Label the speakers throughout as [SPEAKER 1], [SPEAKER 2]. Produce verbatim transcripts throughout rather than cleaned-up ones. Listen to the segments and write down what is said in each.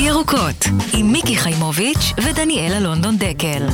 [SPEAKER 1] ירוקות, עם מיקי חיימוביץ' ודניאלה לונדון דקל.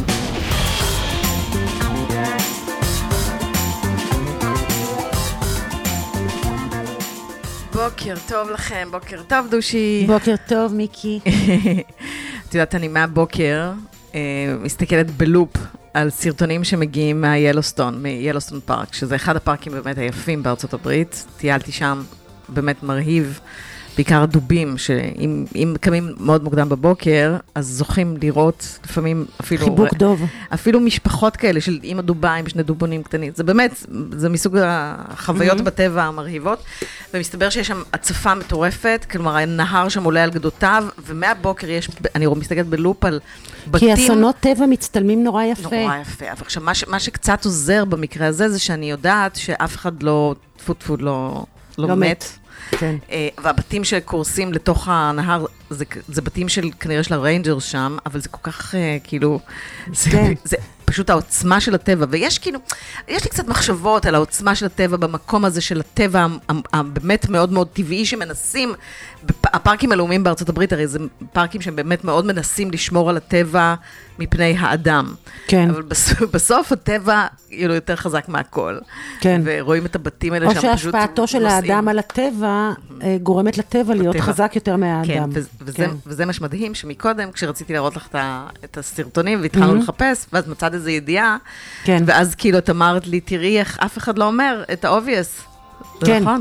[SPEAKER 2] בוקר טוב לכם, בוקר טוב דושי.
[SPEAKER 3] בוקר טוב מיקי.
[SPEAKER 2] את יודעת, אני מהבוקר אה, מסתכלת בלופ על סרטונים שמגיעים מהיילוסטון, מיילוסטון פארק, שזה אחד הפארקים באמת היפים בארצות הברית. טיילתי שם, באמת מרהיב, בעיקר דובים, שאם קמים מאוד מוקדם בבוקר, אז זוכים לראות לפעמים אפילו...
[SPEAKER 3] חיבוק דוב.
[SPEAKER 2] אפילו משפחות כאלה של אמא דובה עם שני דובונים קטנים. זה באמת, זה מסוג החוויות בטבע המרהיבות, ומסתבר שיש שם הצפה מטורפת, כלומר הנהר שם עולה על גדותיו, ומהבוקר יש, אני מסתכלת בלופ על בתים...
[SPEAKER 3] כי אסונות טבע מצטלמים נורא יפה.
[SPEAKER 2] נורא יפה. אבל עכשיו, מה, ש, מה שקצת עוזר במקרה הזה, זה שאני יודעת שאף אחד לא, טפו טפו, לא, לא, לא מת. מת.
[SPEAKER 3] כן.
[SPEAKER 2] והבתים שקורסים לתוך הנהר, זה, זה בתים של כנראה של הריינג'רס שם, אבל זה כל כך כאילו, זה, כן. זה פשוט העוצמה של הטבע, ויש כאילו, יש לי קצת מחשבות על העוצמה של הטבע במקום הזה של הטבע הבאמת מאוד מאוד טבעי שמנסים, הפארקים הלאומיים בארצות הברית, הרי זה פארקים שהם באמת מאוד מנסים לשמור על הטבע מפני האדם.
[SPEAKER 3] כן.
[SPEAKER 2] אבל בסוף, בסוף הטבע יהיה לו יותר חזק מהכל.
[SPEAKER 3] כן.
[SPEAKER 2] ורואים את הבתים האלה שם פשוט...
[SPEAKER 3] או שהשפעתו של האדם על הטבע גורמת לטבע להיות חזק יותר מהאדם.
[SPEAKER 2] כן, וזה, וזה מה שמדהים, שמקודם, כשרציתי להראות לך את הסרטונים, והתחלנו לחפש, ואז מצאת איזו ידיעה, ואז כאילו את אמרת לי, תראי איך אף אחד לא אומר את ה-obvious. זה נכון?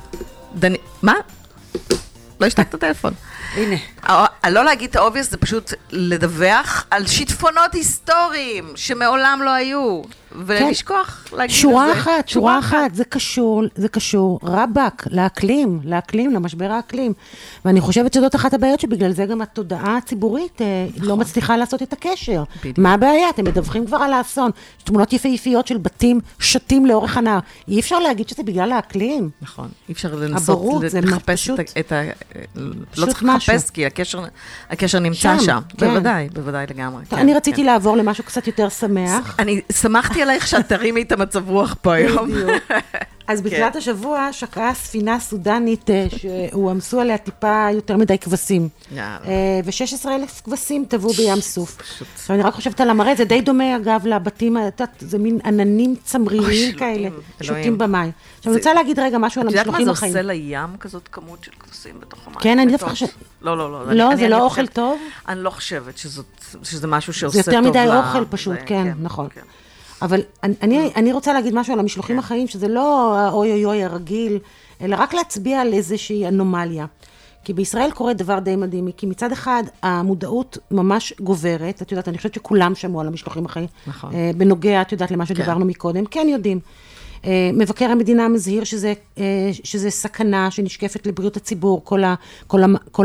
[SPEAKER 2] מה? לא השתק את הטלפון.
[SPEAKER 3] הנה.
[SPEAKER 2] לא להגיד את ה-obvious זה פשוט לדווח על שיטפונות היסטוריים שמעולם לא היו, ולשכוח להגיד את זה.
[SPEAKER 3] שורה אחת, שורה אחת, זה קשור, זה קשור רבק, לאקלים, לאקלים, למשבר האקלים. ואני חושבת שזאת אחת הבעיות שבגלל זה גם התודעה הציבורית לא מצליחה לעשות את הקשר. מה הבעיה? אתם מדווחים כבר על האסון, תמונות יפהפיות של בתים שתים לאורך הנהר. אי אפשר להגיד שזה בגלל האקלים.
[SPEAKER 2] נכון, אי אפשר לנסות לחפש את ה... לא צריך לחפש, כי הקשר נמצא שם. בוודאי, בוודאי לגמרי.
[SPEAKER 3] אני רציתי לעבור למשהו קצת יותר שמח.
[SPEAKER 2] אני שמחתי עלייך שאת תרימי את המצב רוח פה היום.
[SPEAKER 3] אז בתחילת השבוע שקעה ספינה סודנית שהועמסו עליה טיפה יותר מדי כבשים. ו-שש עשרה אלף כבשים טבעו בים סוף. עכשיו אני רק חושבת על המראה, זה די דומה אגב לבתים, זה מין עננים צמריריים כאלה, שוטים במים. עכשיו אני רוצה להגיד רגע משהו על המשלוחים החיים.
[SPEAKER 2] את יודעת מה זה עושה לים כזאת כמות של כבשים בתוך המים?
[SPEAKER 3] כן, אני דווקא חושבת...
[SPEAKER 2] לא, לא, לא.
[SPEAKER 3] לא, זה לא אוכל טוב?
[SPEAKER 2] אני לא חושבת שזה משהו שעושה טוב.
[SPEAKER 3] זה יותר מדי אוכל פשוט, כן, נכון. אבל אני, אני רוצה להגיד משהו על המשלוחים החיים, שזה לא אוי אוי אוי הרגיל, אלא רק להצביע על איזושהי אנומליה. כי בישראל קורה דבר די מדהים, כי מצד אחד המודעות ממש גוברת, את יודעת, אני חושבת שכולם שמעו על המשלוחים החיים. נכון. בנוגע, את יודעת, למה שדיברנו מקודם, כן יודעים. מבקר המדינה מזהיר שזה, שזה סכנה שנשקפת לבריאות הציבור, כל, ה, כל, ה, כל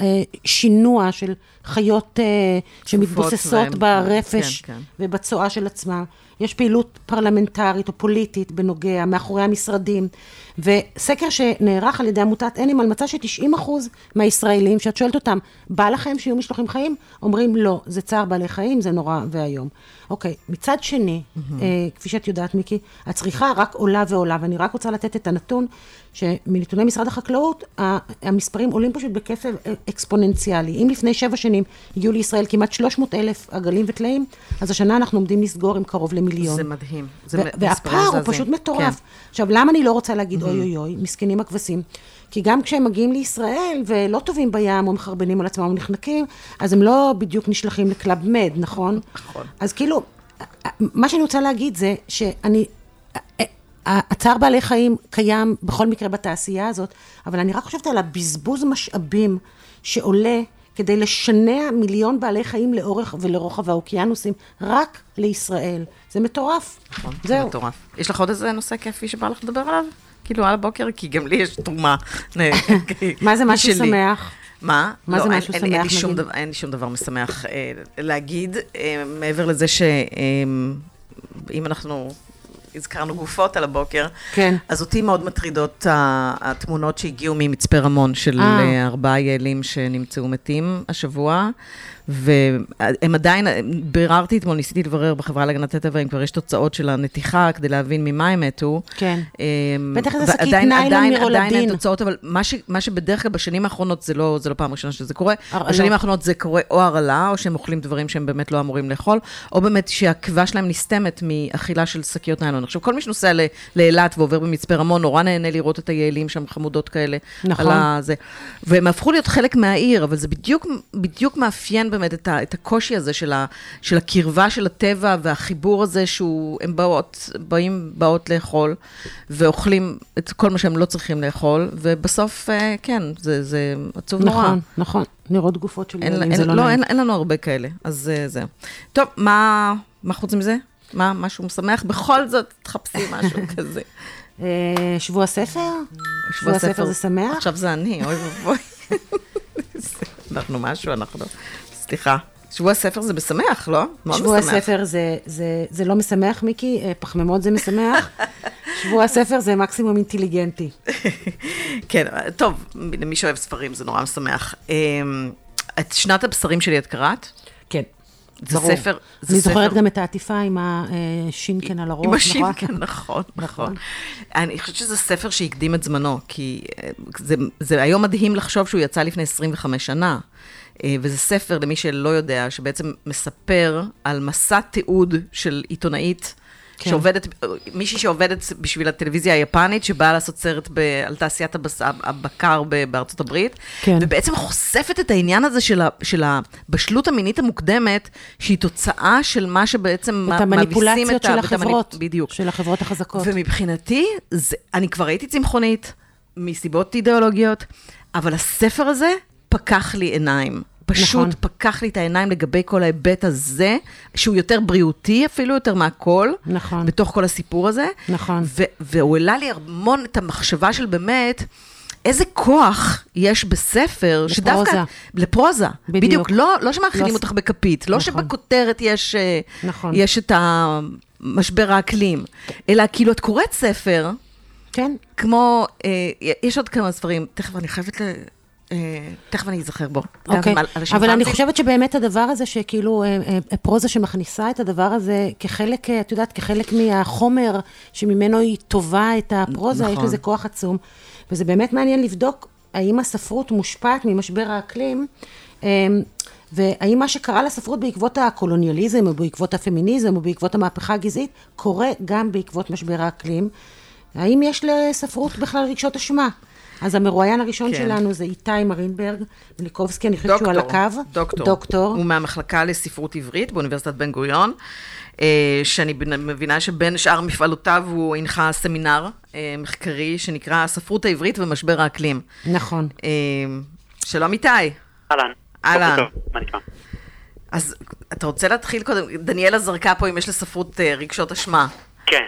[SPEAKER 3] השינוע של חיות שמתבוססות ברפש כן, כן. ובצועה של עצמם. יש פעילות פרלמנטרית או פוליטית בנוגע, מאחורי המשרדים, וסקר שנערך על ידי עמותת אנימל מצא ש-תשעים אחוז מהישראלים, שאת שואלת אותם, בא לכם שיהיו משלוחים חיים? אומרים לא, זה צער בעלי חיים, זה נורא והיום. אוקיי, מצד שני, mm-hmm. אה, כפי שאת יודעת מיקי, הצריכה רק עולה ועולה, ואני רק רוצה לתת את הנתון, שמנתוני משרד החקלאות, המספרים עולים פשוט בקצב אקספוננציאלי. אם לפני שבע שנים הגיעו לישראל כמעט שלוש מאות אלף עגלים וטלאים, אז השנה אנחנו עומדים לסגור עם קרוב למיליון.
[SPEAKER 2] זה מדהים.
[SPEAKER 3] והפער הוא פשוט מטורף. עכשיו, למה אני לא רוצה להגיד אוי אוי אוי, מסכנים הכבשים? כי גם כשהם מגיעים לישראל ולא טובים בים או מחרבנים על עצמם ונחנקים, אז הם לא בדיוק נשלחים לקלאב מד, נכון?
[SPEAKER 2] נכון.
[SPEAKER 3] אז כאילו, מה שאני רוצה להגיד זה שאני... הצער בעלי חיים קיים בכל מקרה בתעשייה הזאת, אבל אני רק חושבת על הבזבוז משאבים שעולה כדי לשנע מיליון בעלי חיים לאורך ולרוחב האוקיינוסים, רק לישראל. זה מטורף.
[SPEAKER 2] נכון, זה מטורף. יש לך עוד איזה נושא כיפי שבא לך לדבר עליו? כאילו על הבוקר, כי גם לי יש תרומה.
[SPEAKER 3] מה זה משהו שמח?
[SPEAKER 2] מה?
[SPEAKER 3] מה זה משהו שמח, נגיד?
[SPEAKER 2] אין לי שום דבר משמח להגיד, מעבר לזה שאם אנחנו... הזכרנו גופות על הבוקר,
[SPEAKER 3] כן.
[SPEAKER 2] אז אותי מאוד מטרידות התמונות שהגיעו ממצפה רמון, של ארבעה יעלים שנמצאו מתים השבוע, והם עדיין, ביררתי אתמול, ניסיתי לברר בחברה להגנת הטבע, אם כבר יש תוצאות של הנתיחה, כדי להבין ממה הם מתו.
[SPEAKER 3] כן. בטח איזה שקית ניילון מרולדין.
[SPEAKER 2] עדיין אין תוצאות, אבל מה שבדרך כלל בשנים האחרונות, זה לא פעם ראשונה שזה קורה, בשנים האחרונות זה קורה או הרעלה, או שהם אוכלים דברים שהם באמת לא אמורים לאכול, או באמת שהעקבה שלהם נסתמת מאכילה של שקיות ניילון. עכשיו, כל מי שנוסע לאילת ועובר במצפה רמון, נורא נהנה לראות את היעלים שם חמודות כאלה. נכון. והם הפכו להיות חלק מהעיר, אבל זה בדיוק, בדיוק מאפיין באמת את, ה, את הקושי הזה של, ה, של הקרבה של הטבע והחיבור הזה שהם באות, באים, באות לאכול ואוכלים את כל מה שהם לא צריכים לאכול, ובסוף, כן, זה, זה עצוב
[SPEAKER 3] נכון,
[SPEAKER 2] נורא.
[SPEAKER 3] נכון, נכון. נראות גופות של ילדים, זה לא,
[SPEAKER 2] לא
[SPEAKER 3] נעים.
[SPEAKER 2] אין, אין לנו הרבה כאלה, אז זה. טוב, מה, מה חוץ מזה? מה, משהו משמח? בכל זאת, תחפשי משהו כזה.
[SPEAKER 3] שבוע ספר? שבוע ספר זה שמח?
[SPEAKER 2] עכשיו זה אני, אוי ובוי. אנחנו משהו, אנחנו... סליחה. שבוע ספר זה משמח, לא?
[SPEAKER 3] שבוע ספר זה, זה, זה לא משמח, מיקי, פחמימות זה משמח. שבוע ספר זה מקסימום אינטליגנטי.
[SPEAKER 2] כן, טוב, למי שאוהב ספרים זה נורא משמח. את שנת הבשרים שלי את קראת?
[SPEAKER 3] כן.
[SPEAKER 2] זה ספר...
[SPEAKER 3] אני זוכרת גם את העטיפה עם השינקן על הראש,
[SPEAKER 2] עם השינקן, נכון, נכון. אני חושבת שזה ספר שהקדים את זמנו, כי זה היום מדהים לחשוב שהוא יצא לפני עשרים וחמש שנה, וזה ספר, למי שלא יודע, שבעצם מספר על מסע תיעוד של עיתונאית, שעובדת, מישהי שעובדת בשביל הטלוויזיה היפנית, שבאה לעשות סרט על תעשיית הבקר בארצות הברית, ובעצם חושפת את העניין הזה של הבשלות המינית המוקדמת, שהיא תוצאה של מה שבעצם
[SPEAKER 3] את המניפולציות של החברות, של החברות החזקות.
[SPEAKER 2] ומבחינתי, אני כבר הייתי צמחונית, מסיבות אידיאולוגיות, אבל הספר הזה פקח לי עיניים. פשוט נכון. פקח לי את העיניים לגבי כל ההיבט הזה, שהוא יותר בריאותי, אפילו יותר מהכל,
[SPEAKER 3] נכון.
[SPEAKER 2] בתוך כל הסיפור הזה.
[SPEAKER 3] נכון.
[SPEAKER 2] ו- והוא העלה לי המון את המחשבה של באמת, איזה כוח יש בספר,
[SPEAKER 3] לפרוזה.
[SPEAKER 2] שדווקא, לפרוזה. בדיוק. בדיוק. לא, לא שמאכילים לא... אותך בכפית, לא נכון. שבכותרת יש, נכון. יש את המשבר האקלים, אלא כאילו את קוראת ספר,
[SPEAKER 3] כן.
[SPEAKER 2] כמו, יש עוד כמה ספרים, תכף אני חייבת ל... תכף אני אזכר בו.
[SPEAKER 3] אוקיי, אבל אני חושבת שבאמת הדבר הזה, שכאילו פרוזה שמכניסה את הדבר הזה כחלק, את יודעת, כחלק מהחומר שממנו היא טובה את הפרוזה, יש לזה כוח עצום, וזה באמת מעניין לבדוק האם הספרות מושפעת ממשבר האקלים, והאם מה שקרה לספרות בעקבות הקולוניאליזם, או בעקבות הפמיניזם, או בעקבות המהפכה הגזעית, קורה גם בעקבות משבר האקלים. האם יש לספרות בכלל רגשות אשמה? אז המרואיין הראשון כן. שלנו זה איתי מרינברג, מליקובסקי, אני חושבת שהוא על הקו.
[SPEAKER 2] דוקטור.
[SPEAKER 3] דוקטור.
[SPEAKER 2] הוא מהמחלקה לספרות עברית באוניברסיטת בן גוריון, שאני מבינה שבין שאר מפעלותיו הוא הנחה סמינר מחקרי שנקרא הספרות העברית ומשבר האקלים.
[SPEAKER 3] נכון.
[SPEAKER 2] שלום איתי.
[SPEAKER 4] אהלן.
[SPEAKER 2] אהלן.
[SPEAKER 4] טוב, מה נשמע?
[SPEAKER 2] אז אתה רוצה להתחיל קודם, דניאלה זרקה פה אם יש לספרות רגשות אשמה.
[SPEAKER 4] כן.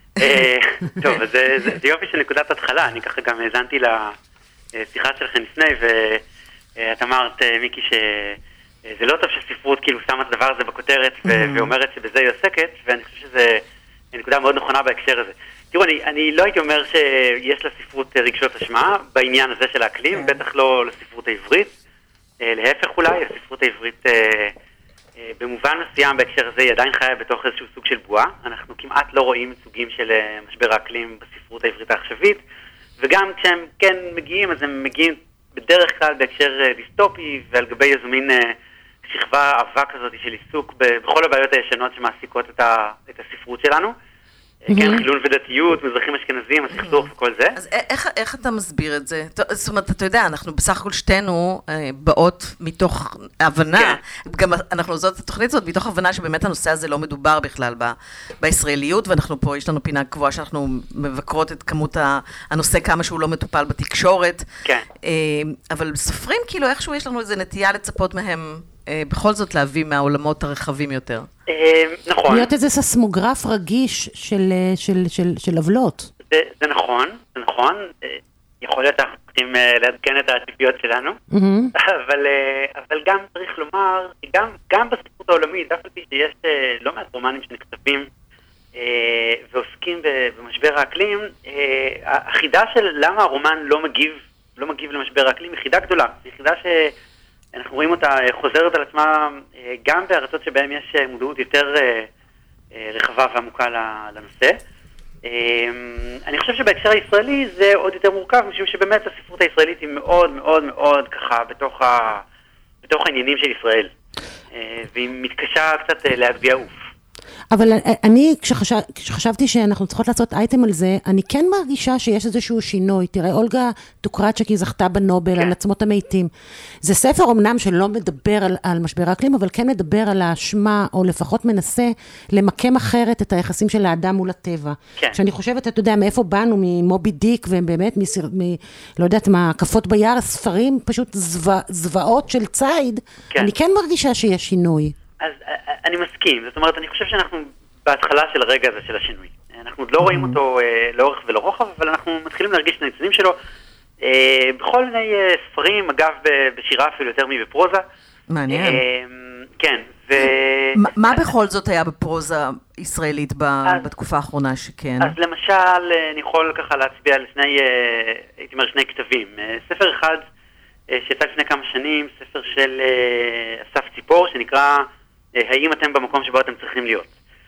[SPEAKER 4] טוב, אז זה יופי של נקודת התחלה, אני ככה גם האזנתי לשיחה שלכם לפני, ואת אמרת, מיקי, שזה לא טוב שספרות כאילו שמה את הדבר הזה בכותרת, ואומרת שבזה היא עוסקת, ואני חושב שזו נקודה מאוד נכונה בהקשר הזה. תראו, אני לא הייתי אומר שיש לספרות רגשות אשמה בעניין הזה של האקלים, בטח לא לספרות העברית, להפך אולי, הספרות העברית... במובן מסוים בהקשר הזה היא עדיין חיה בתוך איזשהו סוג של בועה. אנחנו כמעט לא רואים סוגים של משבר האקלים בספרות העברית העכשווית, וגם כשהם כן מגיעים, אז הם מגיעים בדרך כלל בהקשר דיסטופי, ועל גבי איזו מין שכבה עבה כזאת של עיסוק בכל הבעיות הישנות שמעסיקות את הספרות שלנו. כן, חילון ודתיות, מזרחים אשכנזים, הסכסוך וכל זה.
[SPEAKER 2] אז איך, איך אתה מסביר את זה? זאת אומרת, אתה יודע, אנחנו בסך הכל שתינו באות מתוך הבנה, גם אנחנו עושות את התוכנית הזאת, מתוך הבנה שבאמת הנושא הזה לא מדובר בכלל ב, בישראליות, ואנחנו פה, יש לנו פינה קבועה שאנחנו מבקרות את כמות הנושא, כמה שהוא לא מטופל בתקשורת.
[SPEAKER 4] כן.
[SPEAKER 2] אבל סופרים, כאילו, איכשהו יש לנו איזו נטייה לצפות מהם, בכל זאת להביא מהעולמות הרחבים יותר.
[SPEAKER 4] נכון.
[SPEAKER 3] להיות איזה ססמוגרף רגיש של, של, של, של עוולות.
[SPEAKER 4] זה, זה נכון, זה נכון. יכול להיות אנחנו צריכים לעדכן את הציפיות שלנו, אבל, אבל גם צריך לומר, גם, גם בספרות העולמית, אף על פי שיש לא מעט רומנים שנכתבים ועוסקים במשבר האקלים, החידה של למה הרומן לא מגיב, לא מגיב למשבר האקלים, היא חידה גדולה. היא חידה שאנחנו רואים אותה חוזרת על עצמה גם בארצות שבהן יש מודעות יותר רחבה ועמוקה לנושא. אני חושב שבהקשר הישראלי זה עוד יותר מורכב, משום שבאמת הספרות הישראלית היא מאוד מאוד מאוד ככה בתוך, ה... בתוך העניינים של ישראל, והיא מתקשה קצת להגביה עוף.
[SPEAKER 3] אבל אני, כשחשב, כשחשבתי שאנחנו צריכות לעשות אייטם על זה, אני כן מרגישה שיש איזשהו שינוי. תראה, אולגה טוקרצ'ק היא זכתה בנובל כן. על עצמות המתים. זה ספר אומנם שלא מדבר על, על משבר האקלים, אבל כן מדבר על האשמה, או לפחות מנסה למקם אחרת את היחסים של האדם מול הטבע. כן. שאני חושבת, אתה יודע, מאיפה באנו, ממובי דיק, והם באמת, מסיר, מ, לא יודעת מה, קפות ביער, הספרים, פשוט זווע, זוועות של ציד. כן. אני כן מרגישה שיש שינוי.
[SPEAKER 4] אז אני מסכים, זאת אומרת, אני חושב שאנחנו בהתחלה של הרגע הזה של השינוי. אנחנו עוד לא רואים אותו לאורך ולרוחב, אבל אנחנו מתחילים להרגיש את הניצנים שלו בכל מיני ספרים, אגב, בשירה אפילו יותר מבפרוזה.
[SPEAKER 2] מעניין.
[SPEAKER 4] כן.
[SPEAKER 2] מה בכל זאת היה בפרוזה ישראלית בתקופה האחרונה שכן?
[SPEAKER 4] אז למשל, אני יכול ככה להצביע על שני, הייתי אומר, שני כתבים. ספר אחד שיצא לפני כמה שנים, ספר של אסף ציפור, שנקרא האם אתם במקום שבו אתם צריכים להיות.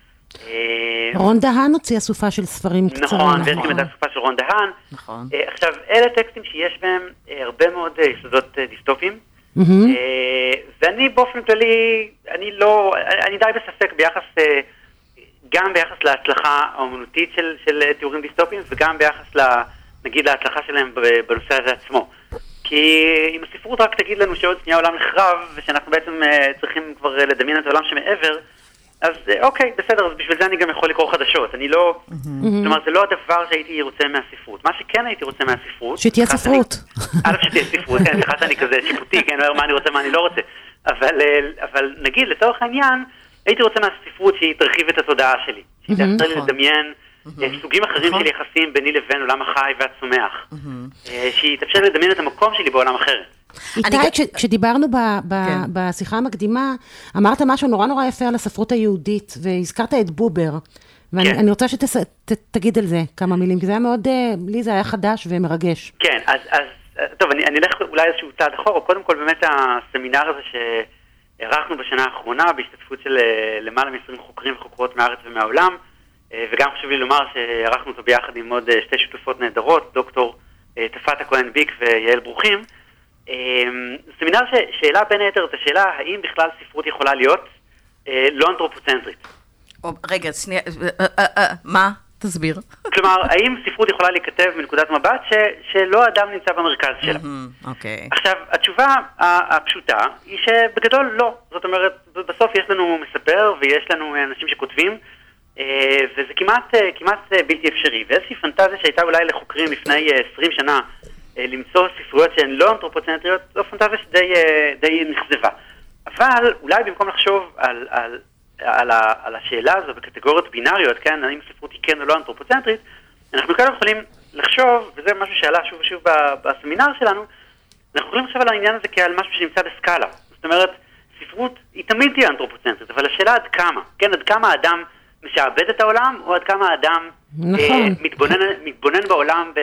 [SPEAKER 3] רון דהן הוציא אסופה של ספרים קצרים.
[SPEAKER 4] נכון, ויש גם את האסופה של רון דהן.
[SPEAKER 2] נכון.
[SPEAKER 4] עכשיו, אלה טקסטים שיש בהם הרבה מאוד יסודות דיסטופיים, ואני באופן כללי, אני לא, אני די בספק ביחס, גם ביחס להצלחה האומנותית של, של תיאורים דיסטופיים, וגם ביחס, נגיד, להצלחה שלהם בנושא הזה עצמו. כי אם הספרות רק תגיד לנו שעוד שנייה העולם נחרב, ושאנחנו בעצם uh, צריכים כבר uh, לדמיין את העולם שמעבר, אז uh, אוקיי, בסדר, אז בשביל זה אני גם יכול לקרוא חדשות. אני לא, mm-hmm. זאת אומרת, זה לא הדבר שהייתי רוצה מהספרות. מה שכן הייתי רוצה מהספרות...
[SPEAKER 3] שתהיה ספרות.
[SPEAKER 4] א' שתהיה ספרות, כן, סליחה שאני כזה שיפוטי, כן, אומר מה אני רוצה, מה אני לא רוצה. אבל, uh, אבל נגיד, לצורך העניין, הייתי רוצה מהספרות שהיא תרחיב את התודעה שלי. שהיא תעשה לי לדמיין... סוגים אחרים של יחסים ביני לבין עולם החי והצומח, שהיא תאפשר לדמיין את המקום שלי בעולם אחר.
[SPEAKER 3] איתי, כשדיברנו בשיחה המקדימה, אמרת משהו נורא נורא יפה על הספרות היהודית, והזכרת את בובר, ואני רוצה שתגיד על זה כמה מילים, כי זה היה מאוד, לי זה היה חדש ומרגש.
[SPEAKER 4] כן, אז טוב, אני אלך אולי איזשהו צעד אחורה, קודם כל באמת הסמינר הזה שערכנו בשנה האחרונה, בהשתתפות של למעלה מ-עשרים חוקרים וחוקרות מהארץ ומהעולם, וגם חשוב לי לומר שערכנו אותו ביחד עם עוד שתי שותפות נהדרות, דוקטור תפת הכהן ביק ויעל ברוכים. סמינר ששאלה בין היתר את השאלה, האם בכלל ספרות יכולה להיות לא אנתרופוצנטרית?
[SPEAKER 2] רגע, שנייה, מה? תסביר.
[SPEAKER 4] כלומר, האם ספרות יכולה להיכתב מנקודת מבט שלא האדם נמצא במרכז שלה?
[SPEAKER 2] אוקיי.
[SPEAKER 4] עכשיו, התשובה הפשוטה היא שבגדול לא. זאת אומרת, בסוף יש לנו מספר ויש לנו אנשים שכותבים, וזה כמעט, כמעט בלתי אפשרי. ואיזושהי פנטזיה שהייתה אולי לחוקרים לפני עשרים שנה, למצוא ספרויות שהן לא אנתרופוצנטריות, זו פנטזיה שדי די נכזבה. אבל אולי במקום לחשוב על, על, על, ה, על השאלה הזו בקטגוריות בינאריות, כן, האם ספרות היא כן או לא אנתרופוצנטרית, אנחנו כאן יכולים לחשוב, וזה משהו שעלה שוב ושוב בסמינר שלנו, אנחנו יכולים לחשוב על העניין הזה כעל משהו שנמצא בסקאלה. זאת אומרת, ספרות היא תמיד תהיה אנתרופוצנטרית, אבל השאלה עד כמה, כן, עד כמה האדם משעבד את העולם, או עד כמה האדם נכון. אה, מתבונן, מתבונן בעולם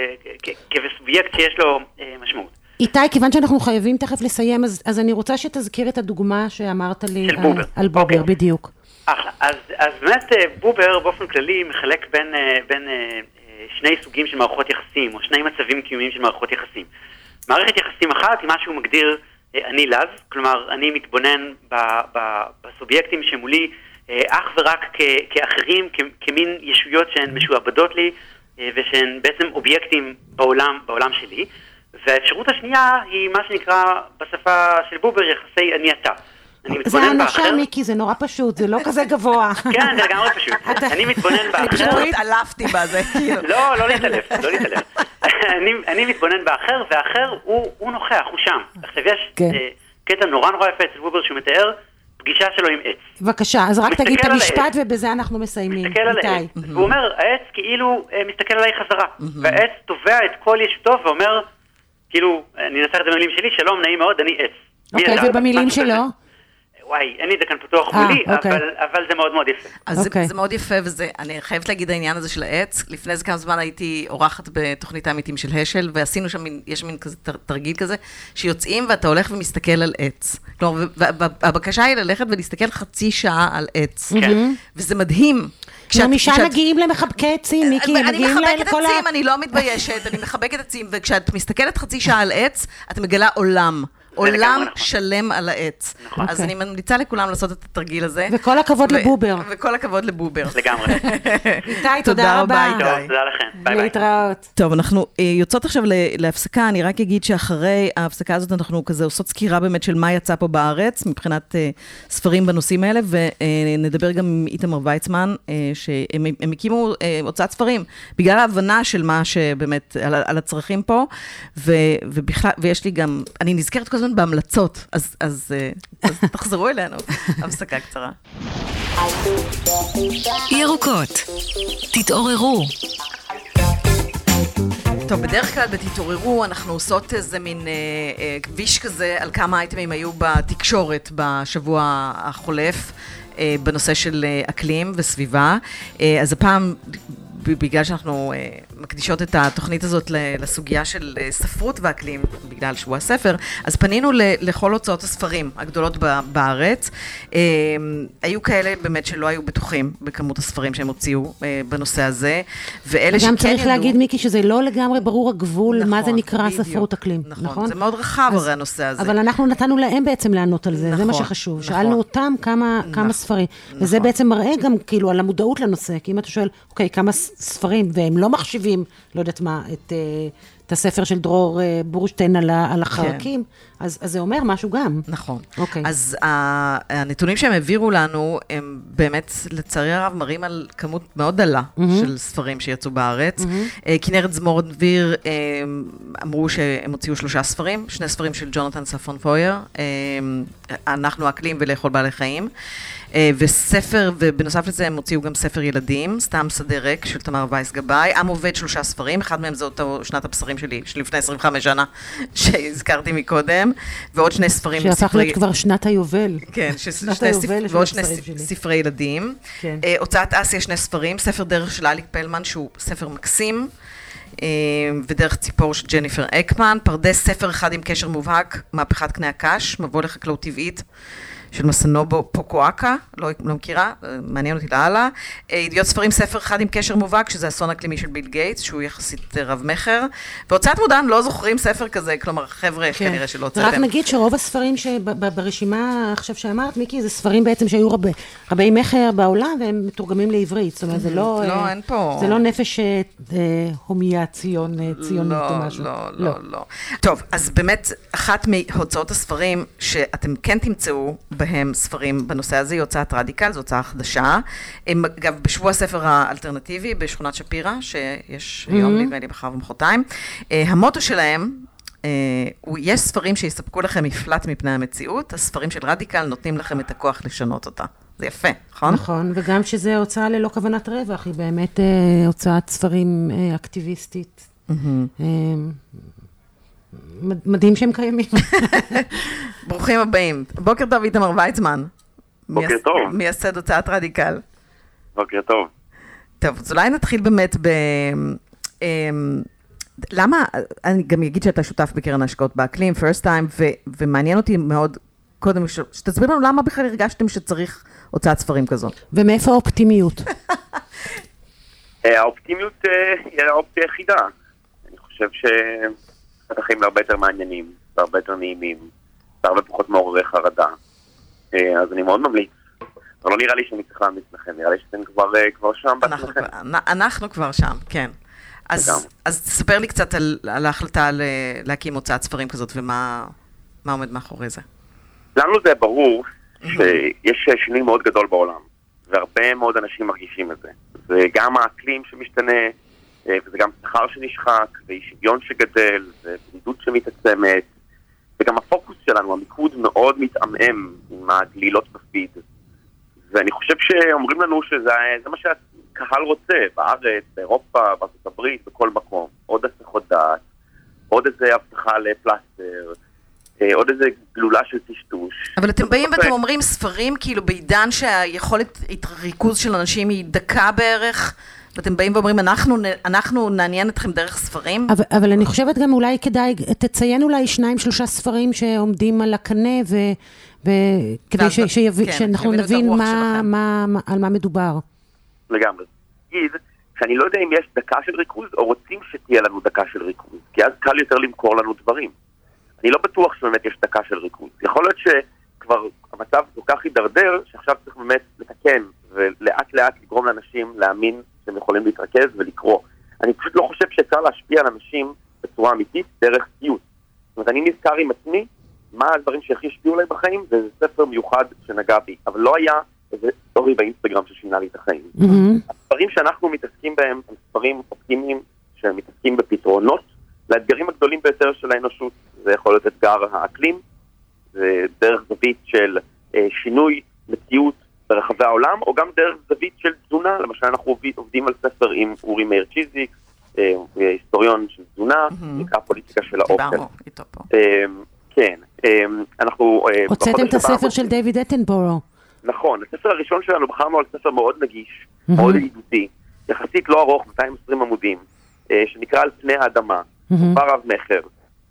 [SPEAKER 4] כסובייקט שיש לו אה, משמעות.
[SPEAKER 3] איתי, כיוון שאנחנו חייבים תכף לסיים, אז, אז אני רוצה שתזכיר את הדוגמה שאמרת לי
[SPEAKER 4] של בובר.
[SPEAKER 3] על בובר, okay. בדיוק.
[SPEAKER 4] אחלה. אז, אז באמת בובר באופן כללי מחלק בין, בין שני סוגים של מערכות יחסים, או שני מצבים קיומיים של מערכות יחסים. מערכת יחסים אחת היא מה שהוא מגדיר אני לז, כלומר אני מתבונן ב, ב, בסובייקטים שמולי, אך ורק כ- כאחרים, כ- כמין ישויות שהן משועבדות לי, ושהן בעצם אובייקטים בעולם, בעולם שלי. והאפשרות השנייה היא מה שנקרא בשפה של בובר יחסי אני אתה.
[SPEAKER 3] זה האנשה, מיקי, זה נורא פשוט, זה לא כזה גבוה.
[SPEAKER 4] כן, זה לגמרי פשוט. אני מתבונן באחר.
[SPEAKER 2] פשוט התעלפתי בזה.
[SPEAKER 4] לא, לא להתעלף, לא להתעלף. אני מתבונן באחר, והאחר הוא נוכח, הוא שם. עכשיו יש קטע נורא נורא יפה אצל בובר שהוא מתאר, פגישה שלו עם עץ.
[SPEAKER 3] בבקשה, אז רק תגיד את המשפט ובזה אנחנו מסיימים.
[SPEAKER 4] מסתכל על העץ. והוא אומר, העץ כאילו מסתכל עליי חזרה. והעץ תובע את כל ישותו ואומר, כאילו, אני אנסח את המילים שלי, שלום, נעים מאוד, אני עץ.
[SPEAKER 3] אוקיי, ובמילים שלו?
[SPEAKER 4] וואי, אין לי את זה כאן פתוח מולי, אבל זה מאוד מאוד יפה.
[SPEAKER 2] אז זה מאוד יפה, ואני חייבת להגיד העניין הזה של העץ. לפני זה כמה זמן הייתי אורחת בתוכנית העמיתים של השל, ועשינו שם, יש מין תרגיל כזה, שיוצאים ואתה הולך ומסתכל על עץ. כלומר, והבקשה היא ללכת ולהסתכל חצי שעה על עץ. וזה מדהים.
[SPEAKER 3] משם מגיעים למחבקי עצים, מיקי,
[SPEAKER 2] אני מחבקת עצים, אני לא מתביישת, אני מחבקת עצים, וכשאת מסתכלת חצי שעה על עץ, את מגלה עולם. עולם שלם על העץ. אז אני ממליצה לכולם לעשות את התרגיל הזה.
[SPEAKER 3] וכל הכבוד לבובר.
[SPEAKER 2] וכל הכבוד לבובר.
[SPEAKER 4] לגמרי.
[SPEAKER 3] איתי, תודה רבה.
[SPEAKER 4] תודה לכם. ביי ביי.
[SPEAKER 3] להתראות.
[SPEAKER 2] טוב, אנחנו יוצאות עכשיו להפסקה. אני רק אגיד שאחרי ההפסקה הזאת אנחנו כזה עושות סקירה באמת של מה יצא פה בארץ, מבחינת ספרים בנושאים האלה, ונדבר גם עם איתמר ויצמן, שהם הקימו הוצאת ספרים, בגלל ההבנה של מה שבאמת, על הצרכים פה, ובכלל, ויש לי גם, אני נזכרת כל הזמן בהמלצות, אז, אז, אז תחזרו אלינו. הפסקה קצרה.
[SPEAKER 1] ירוקות, תתעוררו.
[SPEAKER 2] טוב, בדרך כלל בתתעוררו אנחנו עושות איזה מין אה, אה, כביש כזה על כמה אייטמים היו בתקשורת בשבוע החולף אה, בנושא של אה, אקלים וסביבה. אה, אז הפעם, בגלל שאנחנו אה, מקדישות את התוכנית הזאת לסוגיה של אה, ספרות ואקלים, בגלל שבוע הספר, אז פנינו ל- לכל הוצאות הספרים הגדולות ב- בארץ. אה, היו כאלה באמת שלא היו בטוחים בכמות הספרים שהם הוציאו אה, בנושא הזה, ואלה שכן ידעו...
[SPEAKER 3] גם צריך להגיד, מיקי, שזה לא לגמרי ברור הגבול, נכון, מה זה נקרא בדיוק, ספרות אקלים.
[SPEAKER 2] נכון, נכון? זה מאוד רחב אז, הרי הנושא הזה.
[SPEAKER 3] אבל אנחנו נתנו להם בעצם לענות על זה, נכון, זה מה שחשוב. נכון. שאלנו אותם כמה, נכון, כמה ספרים, נכון. וזה בעצם מראה גם כאילו על המודעות לנושא, כי אם אתה שואל, אוקיי, כמה ספרים, והם לא מחשיבים, לא יודעת מה, את, את הספר של דרור בורשטיין על, על החרקים, כן. אז, אז זה אומר משהו גם.
[SPEAKER 2] נכון.
[SPEAKER 3] אוקיי.
[SPEAKER 2] אז הנתונים שהם העבירו לנו, הם באמת, לצערי הרב, מראים על כמות מאוד דלה mm-hmm. של ספרים שיצאו בארץ. Mm-hmm. כנרת זמורת דביר אמרו שהם הוציאו שלושה ספרים, שני ספרים של ג'ונתן ספון פויר, אנחנו אקלים ולאכול בעלי חיים. וספר, ובנוסף לזה הם הוציאו גם ספר ילדים, סתם שדה ריק של תמר וייס גבאי, עם עובד שלושה ספרים, אחד מהם זה אותו שנת הבשרים שלי, של לפני עשרים וחמש שנה, שהזכרתי מקודם, ועוד שני ספרים...
[SPEAKER 3] שהפך להיות כבר שנת היובל.
[SPEAKER 2] כן, ועוד שני ספרי ילדים. הוצאת אסיה שני ספרים, ספר דרך של אליק פלמן, שהוא ספר מקסים, ודרך ציפור של ג'ניפר אקמן, פרדס ספר אחד עם קשר מובהק, מהפכת קנה הקש, מבוא לחקלאות טבעית, של מסנובו פוקואקה, לא, לא מכירה, מעניין אותי להלאה. ידיעות ספרים, ספר אחד עם קשר מובהק, שזה אסון אקלימי של ביל גייטס, שהוא יחסית רב מחר. והוצאת מודען לא זוכרים ספר כזה, כלומר, חבר'ה, כן. כנראה שלא הוצאתם.
[SPEAKER 3] רק נגיד שרוב הספרים שברשימה, עכשיו שאמרת, מיקי, זה ספרים בעצם שהיו רבי, רבי מחר בעולם, והם מתורגמים לעברית. זאת אומרת, זה לא...
[SPEAKER 2] לא, אין פה...
[SPEAKER 3] זה לא נפש הומיה ציון, ציונית או משהו.
[SPEAKER 2] לא, לא, לא, לא. טוב, אז באמת, אחת מהוצאות הספרים שאתם כן תמצאו בהם ספרים בנושא הזה, היא הוצאת רדיקל, זו הוצאה חדשה. הם, אגב, בשבוע הספר האלטרנטיבי, בשכונת שפירה, שיש היום, נדמה לי, בחר ומחרתיים. המוטו שלהם, הוא, יש ספרים שיספקו לכם מפלט מפני המציאות, הספרים של רדיקל נותנים לכם את הכוח לשנות אותה. זה יפה, נכון?
[SPEAKER 3] נכון, וגם שזה הוצאה ללא כוונת רווח, היא באמת הוצאת ספרים אקטיביסטית. מדהים שהם קיימים.
[SPEAKER 2] ברוכים הבאים. בוקר טוב, איתמר ויצמן.
[SPEAKER 5] בוקר טוב.
[SPEAKER 2] מייסד הוצאת רדיקל.
[SPEAKER 5] בוקר טוב.
[SPEAKER 2] טוב, אז אולי נתחיל באמת ב... למה, אני גם אגיד שאתה שותף בקרן ההשקעות באקלים, first time, ומעניין אותי מאוד, קודם, שתסביר לנו למה בכלל הרגשתם שצריך הוצאת ספרים כזאת.
[SPEAKER 3] ומאיפה האופטימיות?
[SPEAKER 5] האופטימיות היא האופציה היחידה. אני חושב ש... החיים להרבה יותר מעניינים, והרבה יותר נעימים, והרבה פחות מעוררי חרדה. אז אני מאוד ממליץ. אבל לא נראה לי שאני צריך להמליץ לכם, נראה לי שאתם כבר, כבר שם בעצמכם.
[SPEAKER 2] אנחנו כבר שם, כן. אז, אז תספר לי קצת על, על ההחלטה על, להקים הוצאת ספרים כזאת, ומה מה עומד מאחורי זה.
[SPEAKER 5] לנו זה ברור שיש שינוי מאוד גדול בעולם, והרבה מאוד אנשים מרגישים את זה. זה גם האקלים שמשתנה, וזה גם שכר שנשחק, ואי שוויון שגדל, ובדידות שמתעצמת, וגם הפוקוס שלנו, המיקוד מאוד מתעמם עם הגלילות בפיד. ואני חושב שאומרים לנו שזה מה שהקהל רוצה, בארץ, באירופה, בארצות הברית, בכל מקום. עוד הסחות דעת, עוד איזה הבטחה לפלסטר, עוד איזה גלולה של טשטוש.
[SPEAKER 2] אבל אתם באים ואתם אומרים ספרים, כאילו בעידן שהיכולת ריכוז של אנשים היא דקה בערך, ואתם באים ואומרים, אנחנו, אנחנו נעניין אתכם דרך ספרים?
[SPEAKER 3] אבל, אבל אני חושבת גם אולי כדאי, תציין אולי שניים, שלושה ספרים שעומדים על הקנה, ו, וכדי ש, שיב, כן, שאנחנו נבין מה, מה, מה, על מה מדובר.
[SPEAKER 5] לגמרי. תגיד, שאני לא יודע אם יש דקה של ריכוז, או רוצים שתהיה לנו דקה של ריכוז, כי אז קל יותר למכור לנו דברים. אני לא בטוח שבאמת יש דקה של ריכוז. יכול להיות שכבר המצב כל כך יידרדר, שעכשיו צריך באמת לתקן, ולאט לאט לגרום לאנשים להאמין שהם יכולים להתרכז ולקרוא. אני פשוט לא חושב שאפשר להשפיע על אנשים בצורה אמיתית דרך סיוט. זאת אומרת, אני נזכר עם עצמי מה הדברים שהכי השפיעו עליי בחיים, וזה ספר מיוחד שנגע בי. אבל לא היה איזה סטורי באינסטגרם ששינה לי את החיים. Mm-hmm. הספרים שאנחנו מתעסקים בהם הם ספרים אופטימיים שמתעסקים בפתרונות לאתגרים הגדולים ביותר של האנושות. זה יכול להיות אתגר האקלים, זה דרך זווית של אה, שינוי מציאות ברחבי העולם, או גם דרך זווית של תזונה. למשל אנחנו עובדים על ספר עם אורי מאיר צ'יזיק, אה, היסטוריון של תזונה, נקרא פוליטיקה של האוכל.
[SPEAKER 2] דיברנו איתו פה.
[SPEAKER 5] אה, כן, אה, אנחנו... אה,
[SPEAKER 3] הוצאתם את הספר של דיוויד אטנבורו.
[SPEAKER 5] נכון, הספר הראשון שלנו בחרנו על ספר מאוד נגיש, מאוד ידידותי, יחסית לא ארוך, מאתיים ועשרים עמודים, אה, שנקרא על פני האדמה, כבר רב מחר.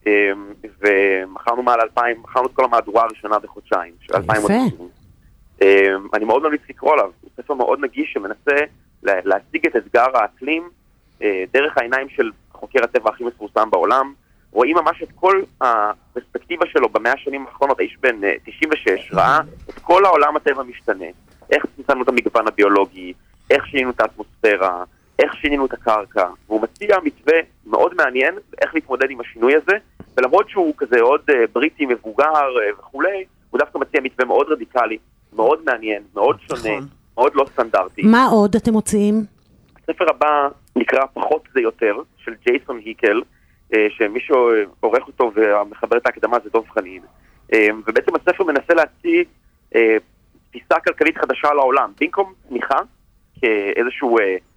[SPEAKER 5] ומחרנו מעל אלפיים, מחרנו את כל המהדורה הראשונה בחודשיים, של אלפיים עמודים. אני מאוד ממליץ לקרוא עליו, הוא ספר מאוד נגיש שמנסה להציג את אתגר האקלים דרך העיניים של חוקר הטבע הכי מפורסם בעולם. רואים ממש את כל הפרספקטיבה שלו במאה השנים האחרונות, האיש בן תשעים ושש, ראה את כל העולם הטבע משתנה, איך צמצמנו את המגוון הביולוגי, איך שינינו את האטמוספירה, איך שינינו את הקרקע, והוא מציע מתווה מאוד מעניין איך להתמודד עם השינוי הזה, ולמרות שהוא כזה עוד בריטי מבוגר וכולי, הוא דווקא מציע מתווה מאוד רדיקלי, מאוד מעניין, מאוד שונה, מאוד לא סטנדרטי.
[SPEAKER 3] מה עוד אתם מוציאים?
[SPEAKER 5] הספר הבא נקרא פחות זה יותר, של ג'ייסון היקל, שמי שעורך אותו ומחבר את ההקדמה זה דוב חנין. ובעצם הספר מנסה להציג תפיסה כלכלית חדשה לעולם, במקום צמיחה, כאיזשהו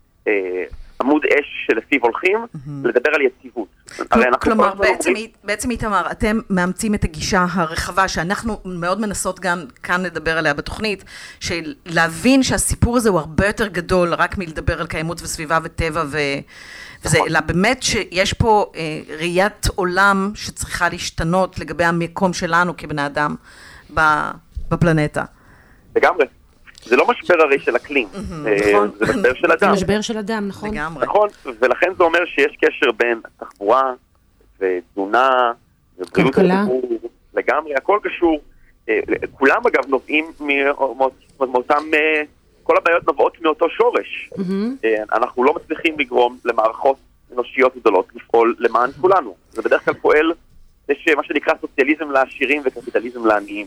[SPEAKER 5] עמוד אש שלפיו הולכים, לדבר על יציבות.
[SPEAKER 2] כלומר, בעצם איתמר, אתם מאמצים את הגישה הרחבה, שאנחנו מאוד מנסות גם כאן לדבר עליה בתוכנית, של להבין שהסיפור הזה הוא הרבה יותר גדול, רק מלדבר על קיימות וסביבה וטבע וזה, אלא באמת שיש פה ראיית עולם שצריכה להשתנות לגבי המקום שלנו כבני אדם בפלנטה.
[SPEAKER 5] לגמרי. זה לא משבר הרי של אקלים, זה משבר של אדם.
[SPEAKER 3] זה משבר של אדם, נכון.
[SPEAKER 5] נכון, ולכן זה אומר שיש קשר בין תחבורה ותזונה ובריאות הציבור, לגמרי, הכל קשור. כולם אגב נובעים מאותם, כל הבעיות נובעות מאותו שורש. אנחנו לא מצליחים לגרום למערכות אנושיות גדולות לפעול למען כולנו. זה בדרך כלל פועל, יש מה שנקרא סוציאליזם לעשירים וקפיטליזם לעניים.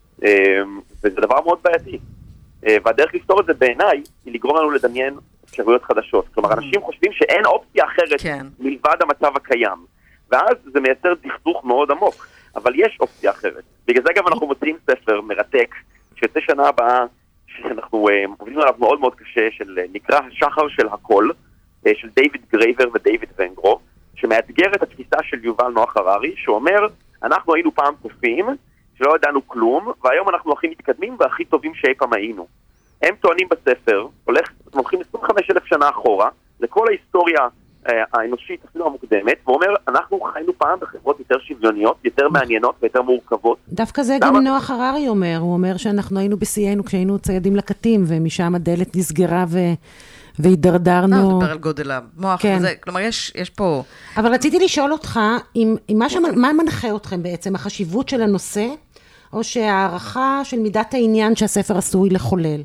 [SPEAKER 5] וזה דבר מאוד בעייתי. והדרך לפתור את זה בעיניי היא לגרום לנו לדמיין אפשרויות חדשות. כלומר, אנשים חושבים שאין אופציה אחרת מלבד המצב הקיים. ואז זה מייצר דכדוך מאוד עמוק. אבל יש אופציה אחרת. בגלל זה גם אנחנו מוצאים ספר מרתק, שיוצא שנה הבאה, שאנחנו עובדים עליו מאוד מאוד קשה, של נקרא השחר של הכל, של דיוויד גרייבר ודייוויד ונגרו, שמאתגר את התפיסה של יובל נוח הררי, שאומר, אנחנו היינו פעם קופים, שלא ידענו כלום, והיום אנחנו הכי מתקדמים והכי טובים שאי פעם היינו. הם טוענים בספר, הולך, הולכים עשרים וחמישה אלף שנה אחורה, לכל ההיסטוריה אה, האנושית אפילו המוקדמת, ואומר, אנחנו חיינו פעם בחברות יותר שוויוניות, יותר מעניינות ויותר מורכבות.
[SPEAKER 3] דווקא זה גם נוח הררי אומר, הוא אומר שאנחנו היינו בסיינו כשהיינו ציידים לקטים, ומשם הדלת נסגרה ו... והידרדרנו...
[SPEAKER 2] לא, נדבר על גודל המוח, כן. וזה, כלומר, יש, יש פה...
[SPEAKER 3] אבל רציתי לשאול אותך, אם, אם מה, שמנ... מה מנחה אתכם בעצם, החשיבות של הנושא, או שהערכה של מידת העניין שהספר עשוי לחולל?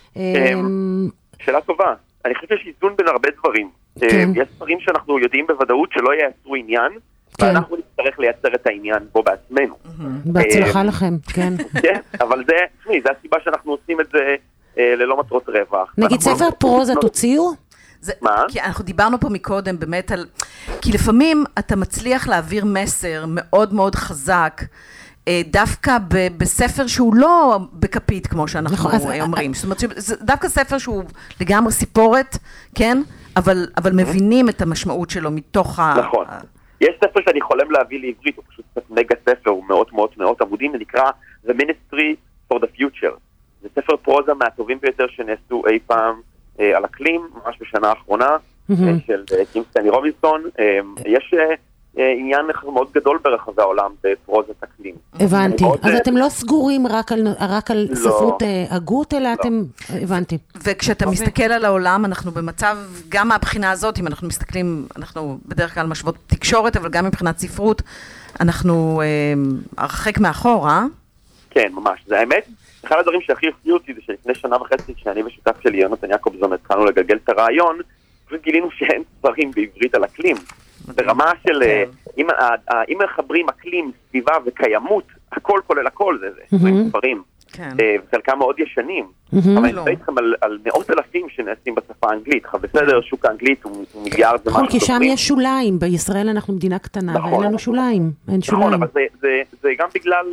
[SPEAKER 5] שאלה טובה. אני חושב שיש איזון בין הרבה דברים. יש דברים שאנחנו יודעים בוודאות שלא ייצרו עניין, ואנחנו נצטרך לייצר את העניין בו בעצמנו.
[SPEAKER 3] בהצלחה לכם, כן.
[SPEAKER 5] כן, אבל זה, תשמעי, זה הסיבה שאנחנו עושים את זה ללא מטרות רווח.
[SPEAKER 3] נגיד ספר פרוזה תוציאו?
[SPEAKER 2] זה, מה? כי אנחנו דיברנו פה מקודם באמת על... כי לפעמים אתה מצליח להעביר מסר מאוד מאוד חזק, דווקא ב, בספר שהוא לא בכפית, כמו שאנחנו נכון, אומרים. זאת אומרת, זה דווקא ספר שהוא לגמרי סיפורת, כן? אבל, אבל מבינים את המשמעות שלו מתוך ה...
[SPEAKER 5] נכון. יש ספר שאני חולם להביא לעברית, הוא פשוט מגה ספר, הוא מאות מאות לימודים, זה נקרא The Ministry for the Future. זה ספר פרוזה מהטובים ביותר שנעשו אי פעם אה, על אקלים, ממש בשנה האחרונה, mm-hmm. אה, של אה, קים סטנלי רובינסון. אה, יש אה, אה, עניין מאוד גדול ברחבי העולם בפרוזת אקלים.
[SPEAKER 3] הבנתי.
[SPEAKER 5] מאוד,
[SPEAKER 3] אז
[SPEAKER 5] אה,
[SPEAKER 3] אתם לא סגורים רק על, רק על
[SPEAKER 5] לא,
[SPEAKER 3] ספרות אה, הגות, אלא
[SPEAKER 5] לא.
[SPEAKER 3] אתם... הבנתי.
[SPEAKER 2] וכשאתה מסתכל על העולם, אנחנו במצב, גם מהבחינה הזאת, אם אנחנו מסתכלים, אנחנו בדרך כלל משוות תקשורת, אבל גם מבחינת ספרות, אנחנו אה, הרחק מאחור, אה?
[SPEAKER 5] כן, ממש. זה האמת. אחד הדברים שהכי הפתיעו אותי זה שלפני שנה וחצי, כשאני ושותף שלי, יונתן יעקובזון, התחלנו לגלגל את הרעיון, פשוט גילינו שאין ספרים בעברית על אקלים. ברמה של, אם, אם מחברים אקלים, סביבה וקיימות, הכל כולל הכל, זה זה, ספרים. וחלקם מאוד ישנים. אבל אני חושב איתכם על מאות אלפים שנעשים בשפה האנגלית. בסדר, שוק האנגלית הוא מיליארד ומשהו דוברים.
[SPEAKER 3] כי שם יש שוליים, בישראל אנחנו מדינה קטנה, ואין לנו שוליים, אין שוליים.
[SPEAKER 5] נכון, אבל זה גם בגלל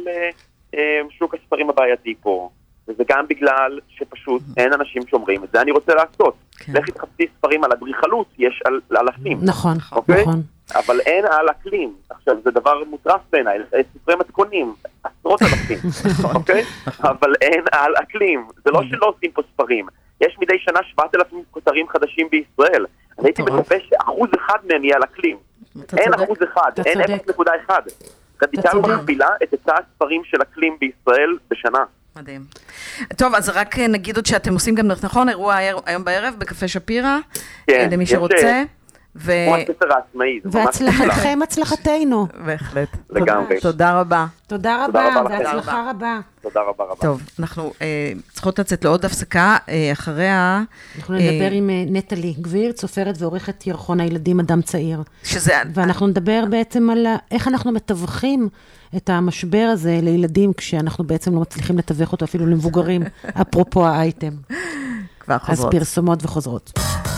[SPEAKER 5] שוק הספרים הבעייתי פה, וזה גם בגלל שפשוט אין אנשים שאומרים את זה אני רוצה לעשות. לך תחפשי ספרים על אדריכלות, יש על אלפים.
[SPEAKER 3] נכון, נכון.
[SPEAKER 5] אבל אין על אקלים. עכשיו, זה דבר מוטרף בעיניי, ספרי מתכונים, עשרות אלפים, אוקיי? אבל אין על אקלים. זה לא שלא עושים פה ספרים. יש מדי שנה שבעת אלפים כותרים חדשים בישראל. אני הייתי מצפה שאחוז אחד מהם יהיה על אקלים. אין אחוז אחד, אין אפס נקודה אחת. רדיקל מכפילה את היצע הספרים של אקלים בישראל בשנה.
[SPEAKER 2] מדהים. טוב, אז רק נגיד עוד שאתם עושים גם נכון, אירוע היום בערב בקפה שפירה, למי שרוצה.
[SPEAKER 5] כמו הספר העצמאי.
[SPEAKER 3] והצלחתכם, הצלחתנו.
[SPEAKER 2] בהחלט.
[SPEAKER 5] לגמרי.
[SPEAKER 2] תודה רבה.
[SPEAKER 3] תודה רבה, והצלחה רבה.
[SPEAKER 5] תודה רבה רבה.
[SPEAKER 2] טוב, אנחנו צריכות לצאת לעוד הפסקה, אחריה...
[SPEAKER 3] אנחנו נדבר עם נטלי גביר, סופרת ועורכת ירחון הילדים אדם צעיר.
[SPEAKER 2] שזה...
[SPEAKER 3] ואנחנו נדבר בעצם על איך אנחנו מתווכים את המשבר הזה לילדים, כשאנחנו בעצם לא מצליחים לתווך אותו אפילו למבוגרים, אפרופו האייטם.
[SPEAKER 2] כבר חוזרות.
[SPEAKER 3] אז פרסומות וחוזרות.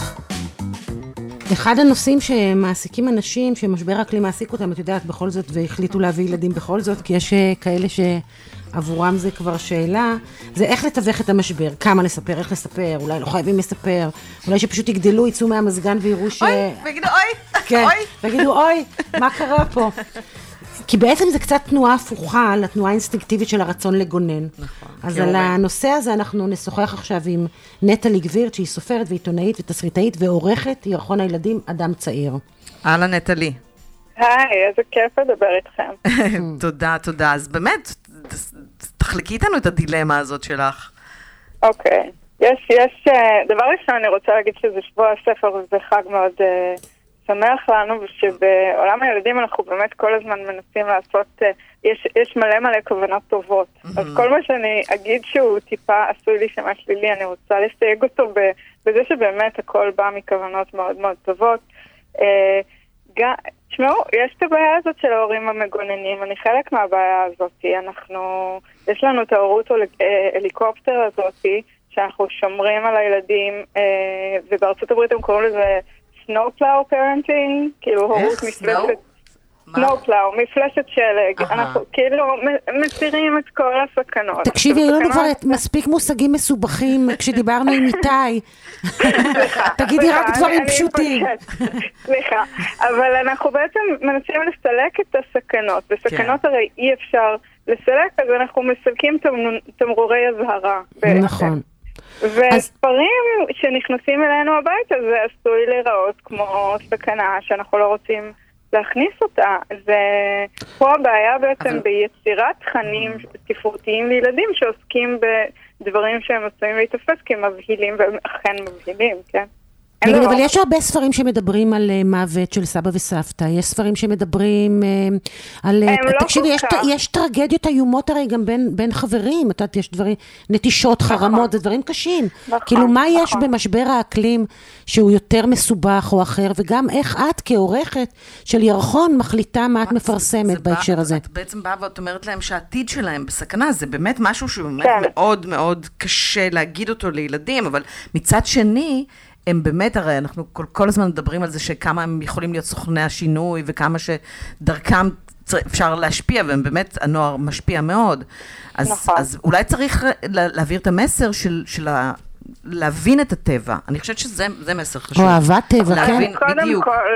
[SPEAKER 3] אחד הנושאים שמעסיקים אנשים, שמשבר האקלים מעסיק אותם, את יודעת, בכל זאת, והחליטו להביא ילדים בכל זאת, כי יש כאלה שעבורם זה כבר שאלה, זה איך לתווך את המשבר, כמה לספר, איך לספר, אולי לא חייבים לספר, אולי שפשוט יגדלו, יצאו מהמזגן ויראו ש...
[SPEAKER 2] אוי, ויגידו אוי,
[SPEAKER 3] כן,
[SPEAKER 2] אוי.
[SPEAKER 3] ויגידו אוי, מה קרה פה? כי בעצם זה קצת תנועה הפוכה לתנועה האינסטינקטיבית של הרצון לגונן. נכון. אז על הנושא הזה אנחנו נשוחח עכשיו עם נטלי גביר, שהיא סופרת ועיתונאית ותסריטאית ועורכת ירחון הילדים אדם צעיר.
[SPEAKER 2] הלאה נטלי.
[SPEAKER 6] היי, איזה כיף לדבר איתכם.
[SPEAKER 2] תודה, תודה. אז באמת, תחלקי איתנו את הדילמה הזאת שלך.
[SPEAKER 6] אוקיי. יש, יש, דבר ראשון אני רוצה להגיד שזה שבוע הספר וזה חג מאוד... שמח לנו, ושבעולם הילדים אנחנו באמת כל הזמן מנסים לעשות, יש, יש מלא מלא כוונות טובות. Mm-hmm. אז כל מה שאני אגיד שהוא טיפה עשוי לי שמה שלילי, אני רוצה לסייג אותו בזה שבאמת הכל בא מכוונות מאוד מאוד טובות. אה, גם, תשמעו, יש את הבעיה הזאת של ההורים המגוננים, אני חלק מהבעיה הזאת. אנחנו, יש לנו את ההורות הליקופטר הזאת, שאנחנו שומרים על הילדים, אה, ובארצות הברית הם קוראים לזה snowplow parenting, כאילו הורות מפלשת, snowplow, מפלשת שלג, אנחנו כאילו מסירים את כל הסכנות.
[SPEAKER 3] תקשיבי, היו לנו כבר מספיק מושגים מסובכים כשדיברנו עם איתי. תגידי רק דברים פשוטים.
[SPEAKER 6] סליחה, אבל אנחנו בעצם מנסים לסלק את הסכנות, וסכנות הרי אי אפשר לסלק, אז אנחנו מסלקים תמרורי הזהרה.
[SPEAKER 3] נכון.
[SPEAKER 6] וספרים שנכנסים אלינו הביתה זה עשוי להיראות כמו סכנה שאנחנו לא רוצים להכניס אותה. ופה הבעיה בעצם ביצירת תכנים ספרותיים לילדים שעוסקים בדברים שהם עשויים להתאפס כמבהילים, והם אכן מבהילים, כן?
[SPEAKER 3] אבל יש הרבה ספרים שמדברים על מוות של סבא וסבתא, יש ספרים שמדברים על... תקשיבי, יש טרגדיות איומות הרי גם בין חברים, את יודעת, יש דברים, נטישות, חרמות, זה דברים קשים. כאילו, מה יש במשבר האקלים שהוא יותר מסובך או אחר, וגם איך את כעורכת של ירחון מחליטה מה את מפרסמת בהקשר הזה.
[SPEAKER 2] את בעצם באה ואת אומרת להם שהעתיד שלהם בסכנה, זה באמת משהו שהוא מאוד מאוד קשה להגיד אותו לילדים, אבל מצד שני, הם באמת, הרי אנחנו כל, כל הזמן מדברים על זה שכמה הם יכולים להיות סוכני השינוי, וכמה שדרכם אפשר להשפיע, והם באמת, הנוער משפיע מאוד. אז, נכון. אז אולי צריך להעביר את המסר של, של ה, להבין את הטבע. אני חושבת שזה זה מסר חשוב.
[SPEAKER 3] או אהבת טבע, כן.
[SPEAKER 6] קודם
[SPEAKER 2] בדיוק.
[SPEAKER 6] כל,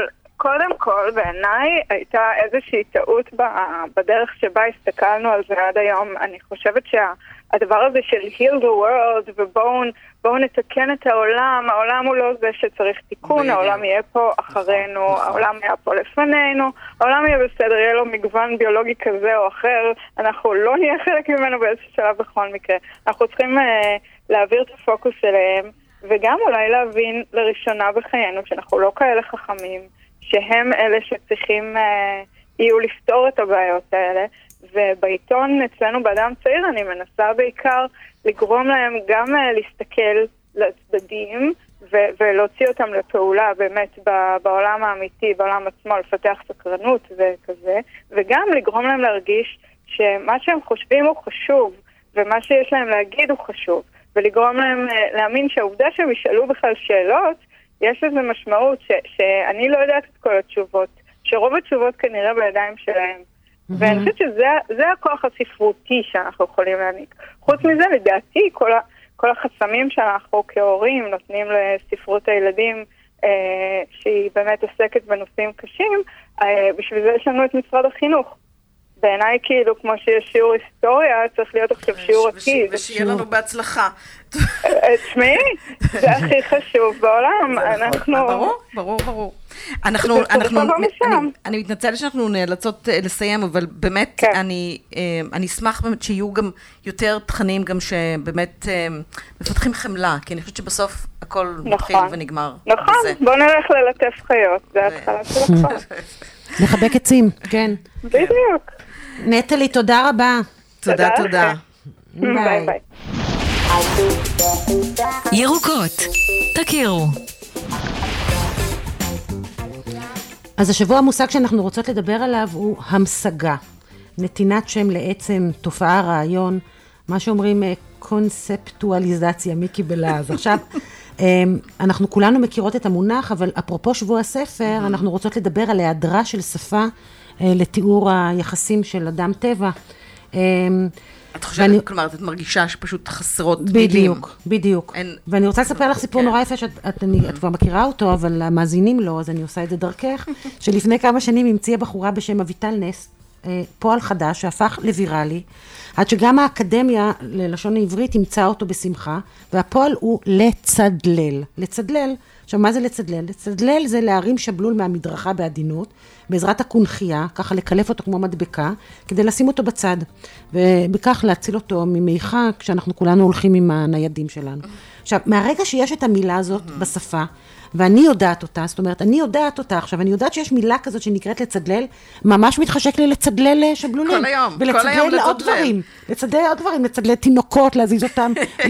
[SPEAKER 6] קודם כל, בעיניי הייתה איזושהי טעות בדרך שבה הסתכלנו על זה עד היום. אני חושבת שהדבר הזה של heal the world ובואו נתקן את העולם, העולם הוא לא זה שצריך תיקון, העולם יהיה פה אחרינו, העולם יהיה פה לפנינו, העולם יהיה בסדר, יהיה לו מגוון ביולוגי כזה או אחר, אנחנו לא נהיה חלק ממנו באיזשהו שלב בכל מקרה. אנחנו צריכים להעביר את הפוקוס אליהם, וגם אולי להבין לראשונה בחיינו שאנחנו לא כאלה חכמים, שהם אלה שצריכים אה, יהיו לפתור את הבעיות האלה, ובעיתון אצלנו באדם צעיר אני מנסה בעיקר לגרום להם גם אה, להסתכל לצדדים, ו- ולהוציא אותם לפעולה באמת ב- בעולם האמיתי, בעולם עצמו, לפתח סקרנות וכזה, וגם לגרום להם להרגיש שמה שהם חושבים הוא חשוב, ומה שיש להם להגיד הוא חשוב. ולגרום להם להאמין שהעובדה שהם ישאלו בכלל שאלות, יש לזה משמעות ש, שאני לא יודעת את כל התשובות, שרוב התשובות כנראה בידיים שלהם. Mm-hmm. ואני חושבת שזה הכוח הספרותי שאנחנו יכולים להעניק. חוץ מזה, לדעתי, כל, ה, כל החסמים שאנחנו כהורים נותנים לספרות הילדים, אה, שהיא באמת עוסקת בנושאים קשים, אה, בשביל זה יש לנו את משרד החינוך. בעיניי כאילו, כמו שיש שיעור היסטוריה, צריך להיות עכשיו שיעור עתיד.
[SPEAKER 2] ושיהיה לנו בהצלחה.
[SPEAKER 6] תשמעי, זה הכי חשוב בעולם. אנחנו...
[SPEAKER 2] ברור, ברור, ברור. אנחנו, אנחנו, אני מתנצלת שאנחנו נאלצות לסיים, אבל באמת אני אשמח באמת שיהיו גם יותר תכנים, גם שבאמת מפתחים חמלה, כי אני חושבת שבסוף הכל מתחיל ונגמר.
[SPEAKER 6] נכון, בוא נלך ללטף חיות, זה התחלה של הכל.
[SPEAKER 3] לחבק עצים, כן.
[SPEAKER 6] בדיוק.
[SPEAKER 3] נטלי, תודה רבה.
[SPEAKER 2] תודה, תודה.
[SPEAKER 6] ביי ביי.
[SPEAKER 1] ירוקות, תכירו.
[SPEAKER 3] אז השבוע המושג שאנחנו רוצות לדבר עליו הוא המשגה. נתינת שם לעצם, תופעה, רעיון, מה שאומרים קונספטואליזציה, מיקי בלעז. עכשיו, אנחנו כולנו מכירות את המונח, אבל אפרופו שבוע הספר, אנחנו רוצות לדבר על היעדרה של שפה לתיאור היחסים של אדם טבע.
[SPEAKER 2] את חושבת, כלומר, את מרגישה שפשוט חסרות מילים.
[SPEAKER 3] בדיוק, בדיוק. ואני רוצה לספר לך סיפור נורא יפה, שאת כבר מכירה אותו, אבל המאזינים לא, אז אני עושה את זה דרכך, שלפני כמה שנים המציאה בחורה בשם אביטל נס, פועל חדש שהפך לוויראלי, עד שגם האקדמיה ללשון העברית ימצא אותו בשמחה, והפועל הוא לצדלל. לצדלל, עכשיו מה זה לצדלל? לצדלל זה להרים שבלול מהמדרכה בעדינות, בעזרת הקונחייה, ככה לקלף אותו כמו מדבקה, כדי לשים אותו בצד, ובכך להציל אותו ממיכה, כשאנחנו כולנו הולכים עם הניידים שלנו. עכשיו, מהרגע שיש את המילה הזאת בשפה, ואני יודעת אותה, זאת אומרת, אני יודעת אותה עכשיו, אני יודעת שיש מילה כזאת שנקראת לצדלל, ממש מתחשק לי לצדלל שבלולים.
[SPEAKER 2] כל היום, כל היום
[SPEAKER 3] לצדלל עוד דברים, לצדלל עוד דברים, לצדלל תינוקות, להזיז אותם,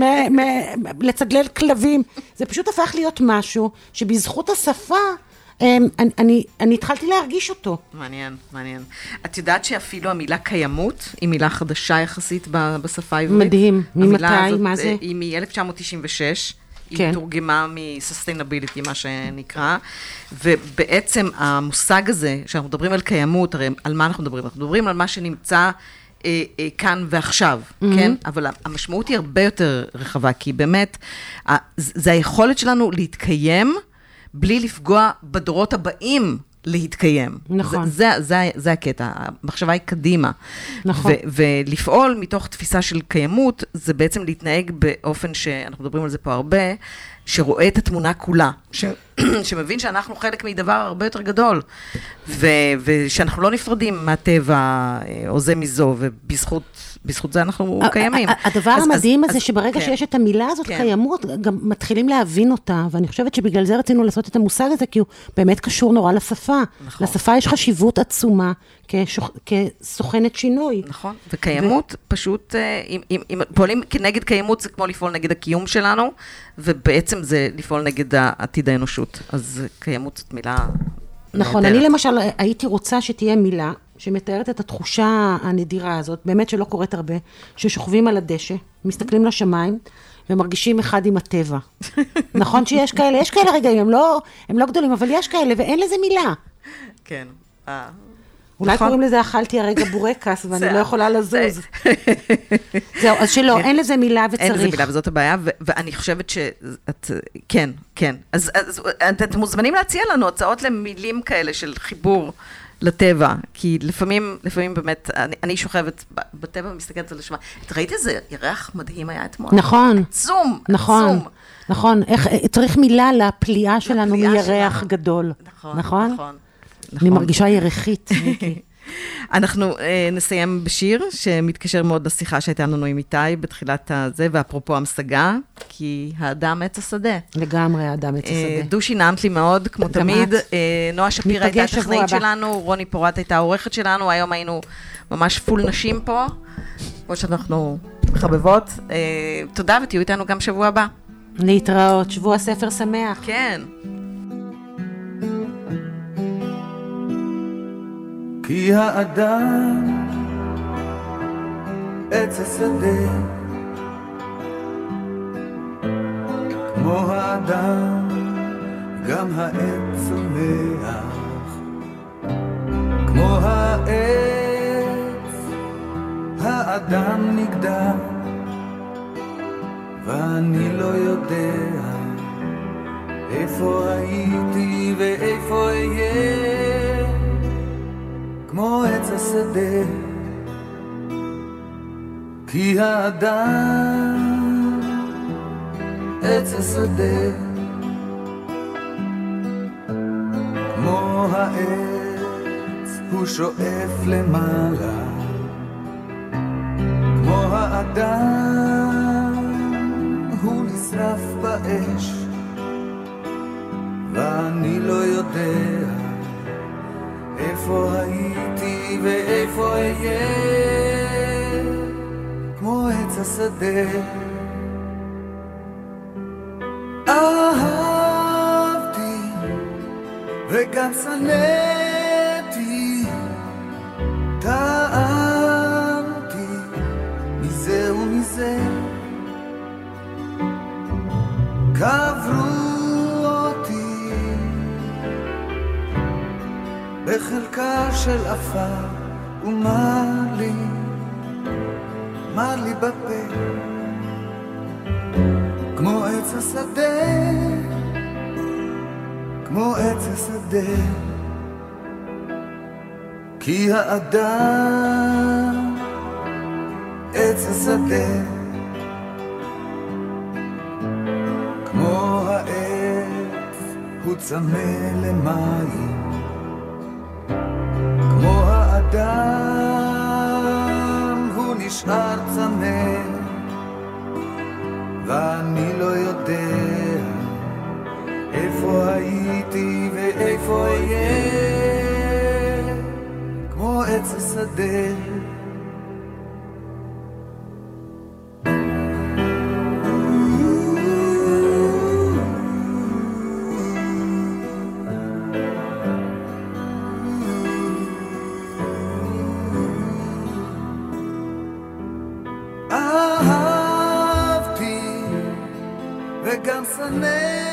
[SPEAKER 3] לצדלל כלבים. זה פשוט הפך להיות משהו שבזכות השפה, אני, אני, אני התחלתי להרגיש אותו.
[SPEAKER 2] מעניין, מעניין. את יודעת שאפילו המילה קיימות, היא מילה חדשה יחסית בשפה העברית?
[SPEAKER 3] מדהים. ממתי? מה זה?
[SPEAKER 2] היא מ-אלף תשע מאות תשעים ושש.
[SPEAKER 3] כן.
[SPEAKER 2] היא תורגמה מ-sustainability, מה שנקרא, ובעצם המושג הזה, שאנחנו מדברים על קיימות, הרי על מה אנחנו מדברים? אנחנו מדברים על מה שנמצא אה, אה, כאן ועכשיו, mm-hmm. כן? אבל המשמעות היא הרבה יותר רחבה, כי באמת, ה- זה היכולת שלנו להתקיים, בלי לפגוע בדורות הבאים להתקיים.
[SPEAKER 3] נכון.
[SPEAKER 2] זה, זה, זה, זה הקטע, המחשבה היא קדימה.
[SPEAKER 3] נכון.
[SPEAKER 2] ו- ולפעול מתוך תפיסה של קיימות, זה בעצם להתנהג באופן שאנחנו מדברים על זה פה הרבה, שרואה את התמונה כולה, ש- שמבין שאנחנו חלק מדבר הרבה יותר גדול, ו- ושאנחנו לא נפרדים מהטבע או זה מזו, ובזכות בזכות זה אנחנו קיימים.
[SPEAKER 3] הדבר המדהים הזה שברגע שיש את המילה הזאת קיימות, גם מתחילים להבין אותה, ואני חושבת שבגלל זה רצינו לעשות את המושג הזה, כי הוא באמת קשור נורא לשפה. לשפה יש חשיבות עצומה כסוכנת שינוי.
[SPEAKER 2] נכון, וקיימות פשוט, אם פועלים כנגד קיימות, זה כמו לפעול נגד הקיום שלנו, ובעצם זה לפעול נגד העתיד האנושות. אז קיימות זאת מילה
[SPEAKER 3] נכון, אני למשל הייתי רוצה שתהיה מילה, שמתארת את התחושה הנדירה הזאת, באמת שלא קורית הרבה, ששוכבים על הדשא, מסתכלים לשמיים, ומרגישים אחד עם הטבע. נכון שיש כאלה, יש כאלה רגעים, הם לא, הם לא גדולים, אבל יש כאלה, ואין לזה מילה.
[SPEAKER 2] כן.
[SPEAKER 3] אולי קוראים לזה אכלתי הרגע בורקס, ואני לא יכולה לזוז. זהו, אז שלא, אין לזה מילה וצריך.
[SPEAKER 2] אין לזה מילה, וזאת הבעיה, ואני חושבת שאת, כן, כן. אז אתם מוזמנים להציע לנו הצעות למילים כאלה של חיבור לטבע, כי לפעמים, לפעמים באמת, אני שוכבת בטבע ומסתכלת על השמה. את ראית איזה ירח מדהים היה אתמול?
[SPEAKER 3] נכון.
[SPEAKER 2] עצום,
[SPEAKER 3] נכון.
[SPEAKER 2] עצום.
[SPEAKER 3] נכון, צריך מילה לפליאה שלנו מירח גדול.
[SPEAKER 2] נכון, נכון.
[SPEAKER 3] אני מרגישה ירחית, מיקי.
[SPEAKER 2] אנחנו uh, נסיים בשיר שמתקשר מאוד לשיחה שהייתה לנו עם איתי בתחילת הזה, ואפרופו המשגה, כי האדם עץ השדה.
[SPEAKER 3] לגמרי האדם עץ השדה.
[SPEAKER 2] Uh, דושי נעמת לי מאוד, כמו תמיד. Uh, נועה שפירה הייתה הטכנאית שלנו, רוני פורט הייתה העורכת שלנו, היום היינו ממש פול נשים פה, כמו שאנחנו מחבבות. Uh, תודה ותהיו איתנו גם שבוע הבא.
[SPEAKER 3] להתראות, שבוע ספר שמח.
[SPEAKER 2] כן.
[SPEAKER 7] כי האדם עץ השדה, כמו האדם גם העץ צומח, כמו העץ האדם נגדע, ואני לא יודע איפה הייתי ואיפה אהיה, כמו עץ השדה. כי האדם עץ השדה, כמו העץ הוא שואף למעלה, כמו האדם הוא נשרף באש, ואני לא יודע איפה הייתי ואיפה אהיה, כמו עץ השדה. אהבתי וגם שנאתי, טעמתי מזה ומזה, קברו אותי בחלקה של עפר, ומה לי, מה לי בפה, כמו עץ השדה, כמו עץ השדה. כי האדם עץ השדה, כמו העץ הוא צמא למים, כמו האדם הוא נשאר צמא, ואני לא יודע איפה הייתי ואיפה אהיה, כמו עץ השדה. וגם שנאתי,